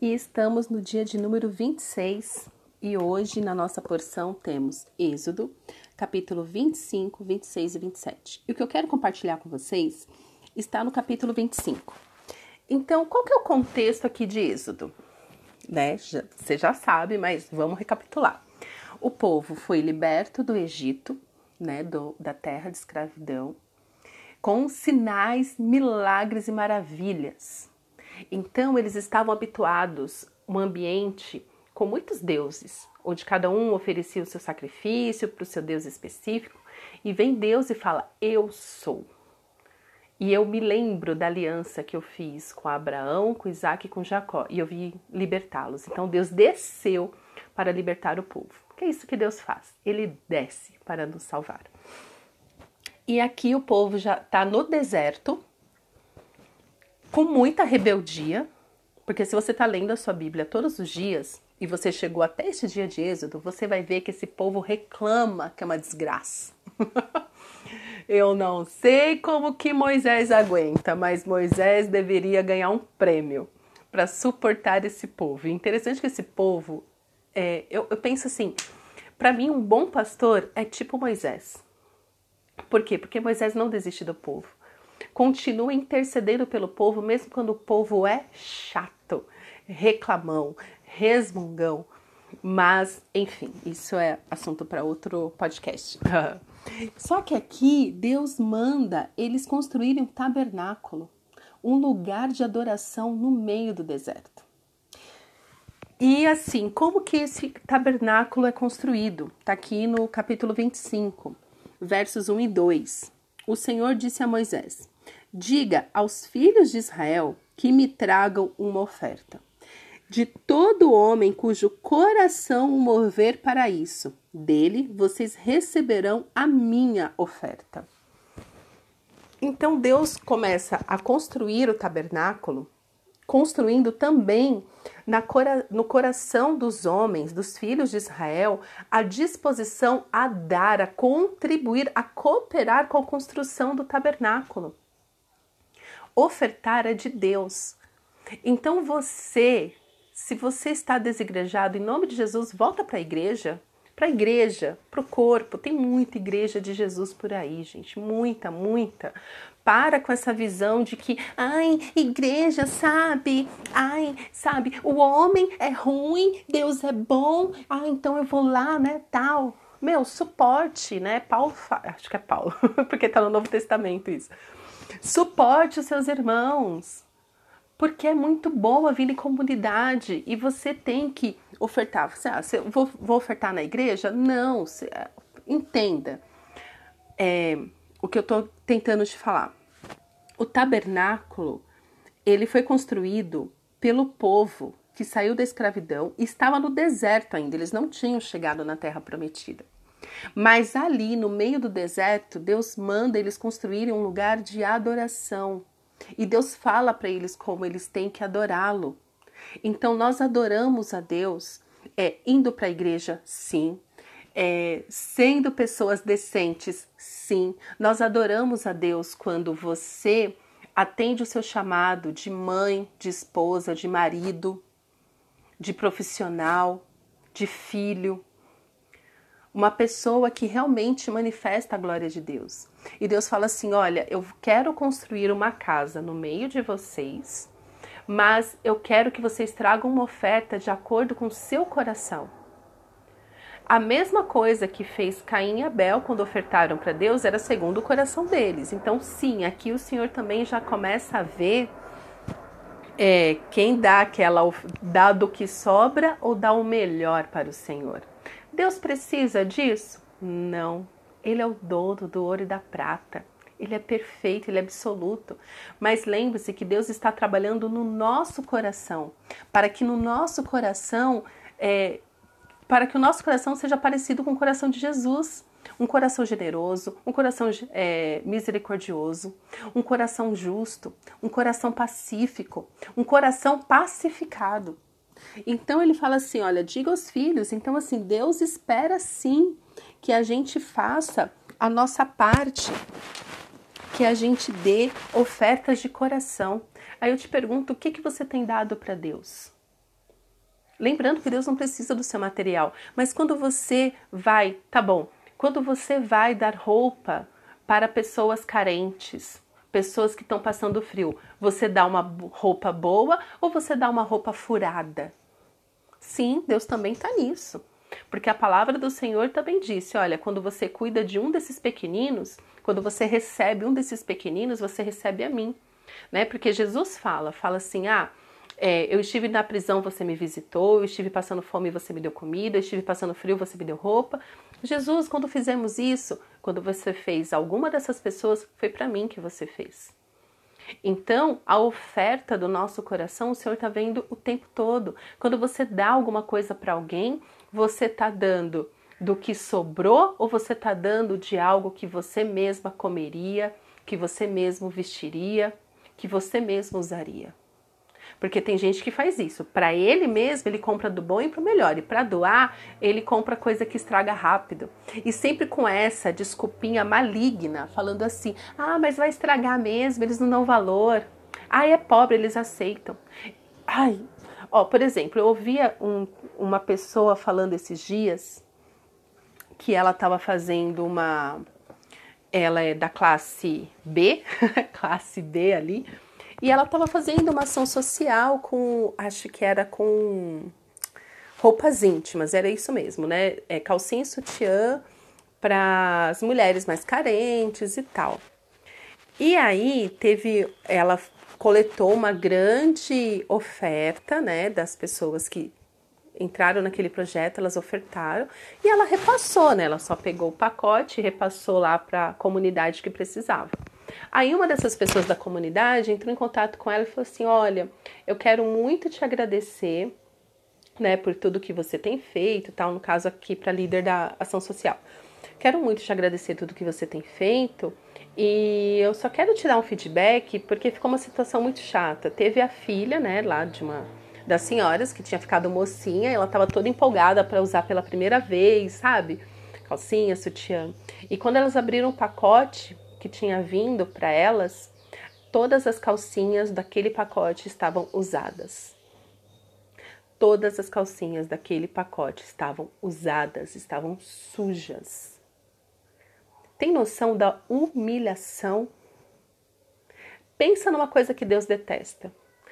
E estamos no dia de número 26 e hoje na nossa porção temos Êxodo, capítulo 25, 26 e 27. E o que eu quero compartilhar com vocês está no capítulo 25. Então, qual que é o contexto aqui de Êxodo? Você já sabe, mas vamos recapitular. O povo foi liberto do Egito, da terra de escravidão, com sinais, milagres e maravilhas. Então, eles estavam habituados a um ambiente com muitos deuses, onde cada um oferecia o seu sacrifício para o seu Deus específico, e vem Deus e fala, eu sou. E eu me lembro da aliança que eu fiz com Abraão, com Isaac e com Jacó, e eu vim libertá-los. Então, Deus desceu para libertar o povo. Que é isso que Deus faz? Ele desce para nos salvar. E aqui o povo já está no deserto, com muita rebeldia, porque se você está lendo a sua Bíblia todos os dias, e você chegou até este dia de Êxodo, você vai ver que esse povo reclama que é uma desgraça. Eu não sei como que Moisés aguenta, mas Moisés deveria ganhar um prêmio para suportar esse povo. E interessante que esse povo, eu penso assim, para mim um bom pastor é tipo Moisés. Por quê? Porque Moisés não desiste do povo. Continua intercedendo pelo povo, mesmo quando o povo é chato, reclamão, resmungão. Mas, enfim, isso é assunto para outro podcast. Só que aqui, Deus manda eles construírem um tabernáculo, um lugar de adoração no meio do deserto. E assim, como que esse tabernáculo é construído? Está aqui no capítulo 25, versos 1 e 2. O Senhor disse a Moisés, diga aos filhos de Israel que me tragam uma oferta. De todo homem cujo coração o mover para isso, dele vocês receberão a minha oferta. Então Deus começa a construir o tabernáculo, construindo também no coração dos homens, dos filhos de Israel, a disposição a dar, a contribuir, a cooperar com a construção do tabernáculo. Ofertar é de Deus. Então se você está desigrejado, em nome de Jesus, volta para a igreja, para o corpo. Tem muita igreja de Jesus por aí, gente, muita. Para com essa visão de que, igreja, sabe, o homem é ruim, Deus é bom, então eu vou lá, tal. Meu, suporte, acho que é Paulo, porque está no Novo Testamento isso. Suporte os seus irmãos. Porque é muito boa a vida em comunidade e você tem que ofertar. Você vou ofertar na igreja? Não, entenda o que eu estou tentando te falar. O tabernáculo, ele foi construído pelo povo que saiu da escravidão e estava no deserto ainda, eles não tinham chegado na terra prometida. Mas ali, no meio do deserto, Deus manda eles construírem um lugar de adoração. E Deus fala para eles como eles têm que adorá-lo. Então nós adoramos a Deus indo para a igreja, sim. Sendo pessoas decentes, sim. Nós adoramos a Deus quando você atende o seu chamado de mãe, de esposa, de marido, de profissional, de filho. Uma pessoa que realmente manifesta a glória de Deus. E Deus fala assim, olha, eu quero construir uma casa no meio de vocês, mas eu quero que vocês tragam uma oferta de acordo com o seu coração. A mesma coisa que fez Caim e Abel quando ofertaram para Deus era segundo o coração deles. Então sim, aqui o Senhor também já começa a ver quem dá do que sobra ou dá o melhor para o Senhor. Deus precisa disso? Não. Ele é o dono do ouro e da prata. Ele é perfeito, ele é absoluto. Mas lembre-se que Deus está trabalhando no nosso coração, para que o nosso coração seja parecido com o coração de Jesus. Um coração generoso, um coração misericordioso, um coração justo, um coração pacífico, um coração pacificado. Então ele fala assim, olha, diga aos filhos, então assim, Deus espera sim que a gente faça a nossa parte, que a gente dê ofertas de coração. Aí eu te pergunto, o que você tem dado para Deus? Lembrando que Deus não precisa do seu material, mas quando você vai, tá bom, quando você vai dar roupa para pessoas carentes, pessoas que estão passando frio, você dá uma roupa boa ou você dá uma roupa furada? Sim, Deus também está nisso. Porque a palavra do Senhor também disse, olha, quando você cuida de um desses pequeninos, quando você recebe um desses pequeninos, você recebe a mim. Né? Porque Jesus fala assim, eu estive na prisão, você me visitou, eu estive passando fome, você me deu comida, eu estive passando frio, você me deu roupa. Jesus, quando fizemos isso, quando você fez alguma dessas pessoas, foi para mim que você fez. Então, a oferta do nosso coração, o Senhor está vendo o tempo todo. Quando você dá alguma coisa para alguém, você está dando do que sobrou ou você está dando de algo que você mesma comeria, que você mesmo vestiria, que você mesmo usaria? Porque tem gente que faz isso. Para ele mesmo, ele compra do bom e pro melhor. E para doar, ele compra coisa que estraga rápido. E sempre com essa desculpinha maligna, falando assim, mas vai estragar mesmo, eles não dão valor. É pobre, eles aceitam. Por exemplo, eu ouvia uma pessoa falando esses dias que ela estava fazendo ela é da classe B, classe B ali, e ela estava fazendo uma ação social acho que era com roupas íntimas, era isso mesmo, né? Calcinha e sutiã para as mulheres mais carentes e tal. E aí ela coletou uma grande oferta, né, das pessoas que entraram naquele projeto, elas ofertaram e ela repassou, né? Ela só pegou o pacote e repassou lá para a comunidade que precisava. Aí uma dessas pessoas da comunidade entrou em contato com ela e falou assim, olha, eu quero muito te agradecer, né, por tudo que você tem feito, tal, no caso aqui para líder da ação social. Quero muito te agradecer tudo que você tem feito e eu só quero te dar um feedback porque ficou uma situação muito chata. Teve a filha, né, lá das senhoras que tinha ficado mocinha, ela estava toda empolgada para usar pela primeira vez, sabe? Calcinha, sutiã. E quando elas abriram o pacote que tinha vindo para elas, todas as calcinhas daquele pacote estavam usadas. Todas as calcinhas daquele pacote estavam usadas, estavam sujas. Tem noção da humilhação? Pensa numa coisa que Deus detesta.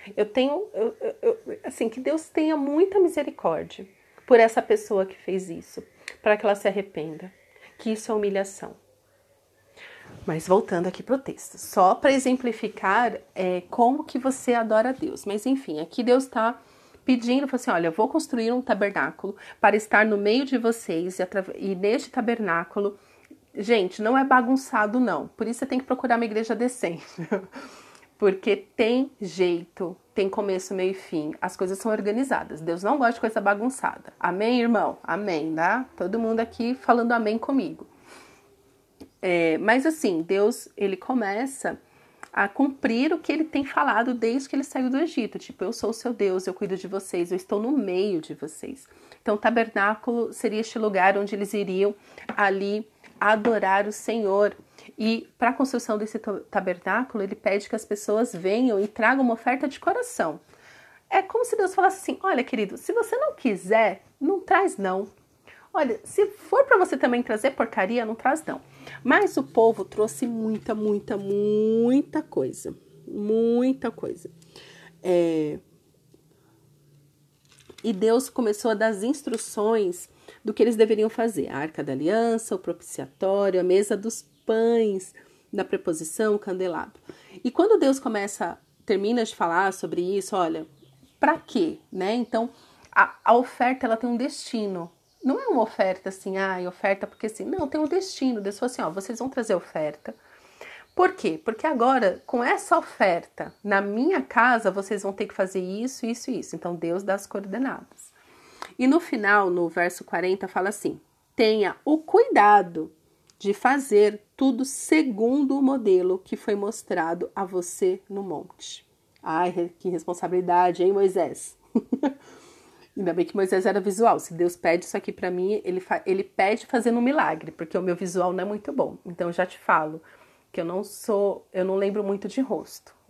Assim, que Deus tenha muita misericórdia por essa pessoa que fez isso, para que ela se arrependa, que isso é humilhação. Mas voltando aqui para o texto, só para exemplificar como que você adora a Deus. Mas enfim, aqui Deus está pedindo, assim, olha, eu vou construir um tabernáculo para estar no meio de vocês e neste tabernáculo, gente, não é bagunçado não, por isso você tem que procurar uma igreja decente. Porque tem jeito, tem começo, meio e fim. As coisas são organizadas. Deus não gosta de coisa bagunçada. Amém, irmão? Amém, tá? Todo mundo aqui falando amém comigo. Mas assim, Deus, ele começa a cumprir o que ele tem falado desde que ele saiu do Egito. Tipo, eu sou o seu Deus, eu cuido de vocês, eu estou no meio de vocês. Então, o tabernáculo seria este lugar onde eles iriam ali adorar o Senhor. E para a construção desse tabernáculo, ele pede que as pessoas venham e tragam uma oferta de coração. É como se Deus falasse assim, olha, querido, se você não quiser, não traz não. Olha, se for para você também trazer porcaria, não traz não. Mas o povo trouxe muita coisa. Muita coisa. E Deus começou a dar as instruções do que eles deveriam fazer. A Arca da Aliança, o propiciatório, a mesa dos pães, da preposição, o candelabro. E quando Deus termina de falar sobre isso, olha, para quê? Né? Então, a oferta ela tem um destino. Não é uma oferta assim, oferta porque sim. Não, tem um destino. Deus falou assim, vocês vão trazer oferta. Por quê? Porque agora, com essa oferta, na minha casa, vocês vão ter que fazer isso, isso e isso. Então, Deus dá as coordenadas. E no final, no verso 40, fala assim, tenha o cuidado de fazer tudo segundo o modelo que foi mostrado a você no monte. Ai, que responsabilidade, hein, Moisés? Ainda bem que Moisés era visual. Se Deus pede isso aqui para mim, ele pede fazendo um milagre, porque o meu visual não é muito bom. Então eu já te falo que eu não lembro muito de rosto.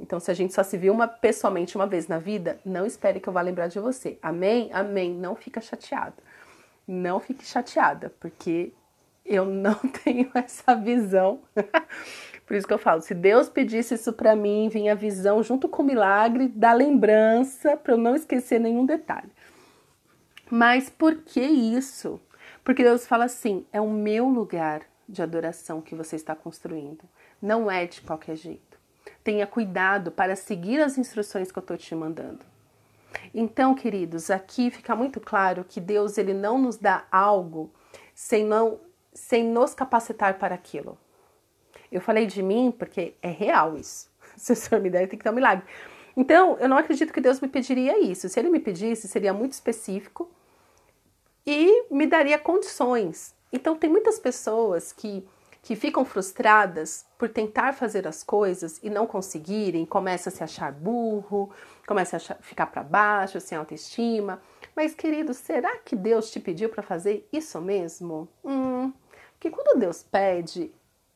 Então, se a gente só se viu pessoalmente uma vez na vida, não espere que eu vá lembrar de você. Amém? Amém. Não fica chateada. Não fique chateada, porque eu não tenho essa visão. Por isso que eu falo, se Deus pedisse isso para mim, vinha a visão junto com o milagre da lembrança, para eu não esquecer nenhum detalhe. Mas por que isso? Porque Deus fala assim, é o meu lugar de adoração que você está construindo. Não é de qualquer jeito. Tenha cuidado para seguir as instruções que eu estou te mandando. Então, queridos, aqui fica muito claro que Deus ele não nos dá algo sem nos capacitar para aquilo. Eu falei de mim porque é real isso. Se o Senhor me der, tem que dar um milagre. Então, eu não acredito que Deus me pediria isso. Se Ele me pedisse, seria muito específico e me daria condições. Então, tem muitas pessoas que ficam frustradas por tentar fazer as coisas e não conseguirem, começa a se achar burro, começa a ficar para baixo, sem autoestima. Mas, querido, será que Deus te pediu para fazer isso mesmo? Porque quando Deus pede,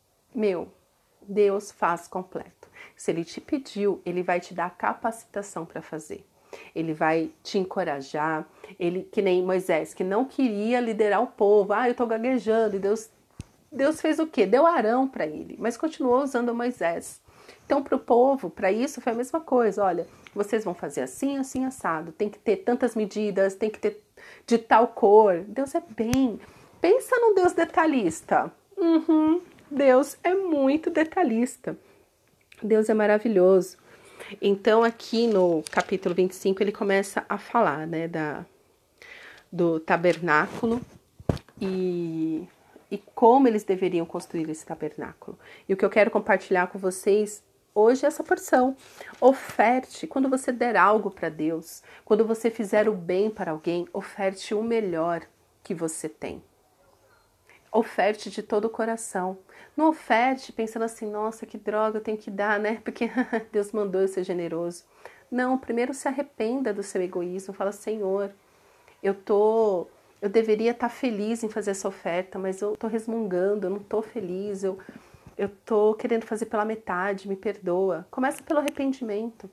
Deus faz completo. Se Ele te pediu, Ele vai te dar capacitação para fazer. Ele vai te encorajar. Ele, que nem Moisés, que não queria liderar o povo. Eu estou gaguejando. E Deus fez o quê? Deu Arão para ele, mas continuou usando Moisés. Então, para o povo, para isso, foi a mesma coisa. Olha, vocês vão fazer assim, assim, assado. Tem que ter tantas medidas, tem que ter de tal cor. Deus é bem. Pensa num Deus detalhista. Deus é muito detalhista. Deus é maravilhoso. Então, aqui no capítulo 25, ele começa a falar, né, do tabernáculo e como eles deveriam construir esse tabernáculo. E o que eu quero compartilhar com vocês hoje é essa porção. Oferte, quando você der algo para Deus, quando você fizer o bem para alguém, oferte o melhor que você tem. Oferte de todo o coração. Não oferte pensando assim, nossa, que droga eu tenho que dar, né? Porque Deus mandou eu ser generoso. Não, primeiro se arrependa do seu egoísmo. Fala, Senhor, eu deveria estar feliz em fazer essa oferta, mas eu estou resmungando, eu não estou feliz, eu estou querendo fazer pela metade, me perdoa. Começa pelo arrependimento.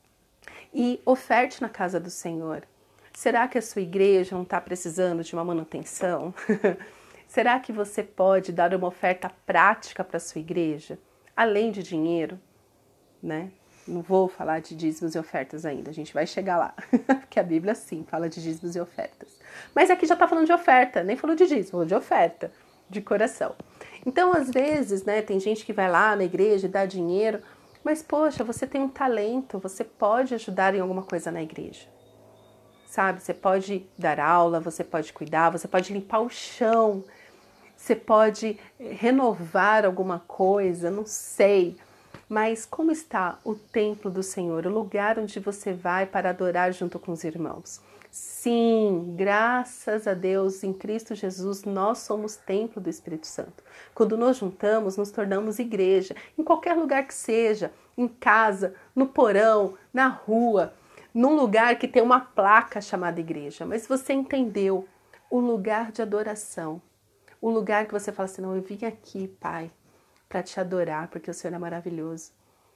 E oferte na casa do Senhor. Será que a sua igreja não está precisando de uma manutenção? Será que você pode dar uma oferta prática para a sua igreja, além de dinheiro, né? Não vou falar de dízimos e ofertas ainda, a gente vai chegar lá, porque a Bíblia sim fala de dízimos e ofertas. Mas aqui já está falando de oferta, nem falou de dízimo, falou de oferta, de coração. Então, às vezes, né, tem gente que vai lá na igreja e dá dinheiro, mas poxa, você tem um talento, você pode ajudar em alguma coisa na igreja. Sabe, você pode dar aula, você pode cuidar, você pode limpar o chão, você pode renovar alguma coisa, não sei. Mas como está o templo do Senhor, o lugar onde você vai para adorar junto com os irmãos? Sim, graças a Deus, em Cristo Jesus, nós somos templo do Espírito Santo. Quando nos juntamos, nos tornamos igreja, em qualquer lugar que seja, em casa, no porão, na rua, num lugar que tem uma placa chamada igreja. Mas você entendeu o lugar de adoração, o lugar que você fala assim, não, eu vim aqui, Pai, para te adorar, porque o Senhor é maravilhoso.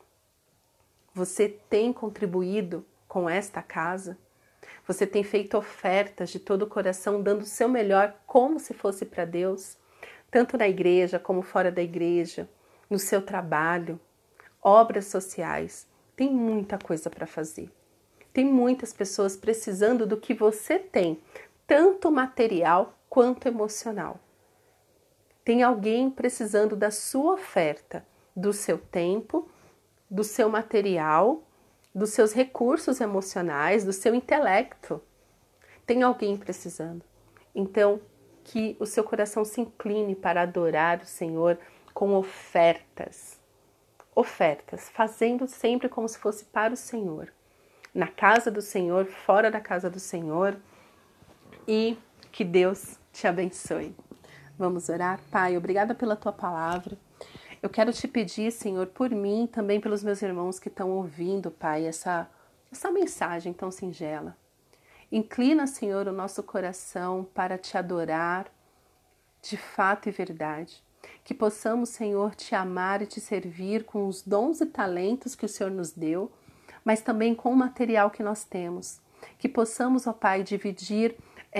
Você tem contribuído com esta casa? Você tem feito ofertas de todo o coração, dando o seu melhor, como se fosse para Deus? Tanto na igreja, como fora da igreja, no seu trabalho, obras sociais. Tem muita coisa para fazer. Tem muitas pessoas precisando do que você tem, tanto material quanto emocional. Tem alguém precisando da sua oferta, do seu tempo, do seu material, dos seus recursos emocionais, do seu intelecto. Tem alguém precisando. Então, que o seu coração se incline para adorar o Senhor com ofertas. Ofertas, fazendo sempre como se fosse para o Senhor. Na casa do Senhor, fora da casa do Senhor. E que Deus te abençoe. Vamos orar? Pai, obrigada pela tua palavra. Eu quero te pedir, Senhor, por mim, também pelos meus irmãos que estão ouvindo, Pai, essa mensagem tão singela. Inclina, Senhor, o nosso coração para te adorar de fato e verdade. Que possamos, Senhor, te amar e te servir com os dons e talentos que o Senhor nos deu, mas também com o material que nós temos. Que possamos, ó Pai, dividir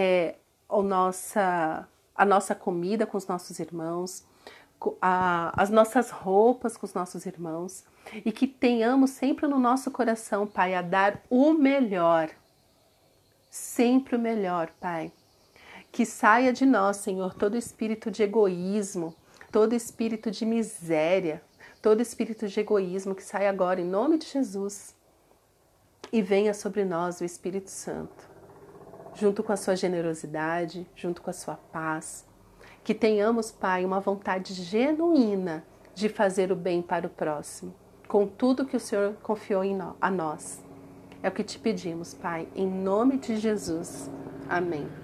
a nossa comida com os nossos irmãos, as nossas roupas com os nossos irmãos, e que tenhamos sempre no nosso coração, Pai, a dar o melhor, sempre o melhor, Pai. Que saia de nós, Senhor, todo espírito de egoísmo, todo espírito de miséria, todo espírito de egoísmo, que saia agora em nome de Jesus e venha sobre nós o Espírito Santo, junto com a sua generosidade, junto com a sua paz. Que tenhamos, Pai, uma vontade genuína de fazer o bem para o próximo, com tudo que o Senhor confiou a nós. É o que te pedimos, Pai, em nome de Jesus. Amém.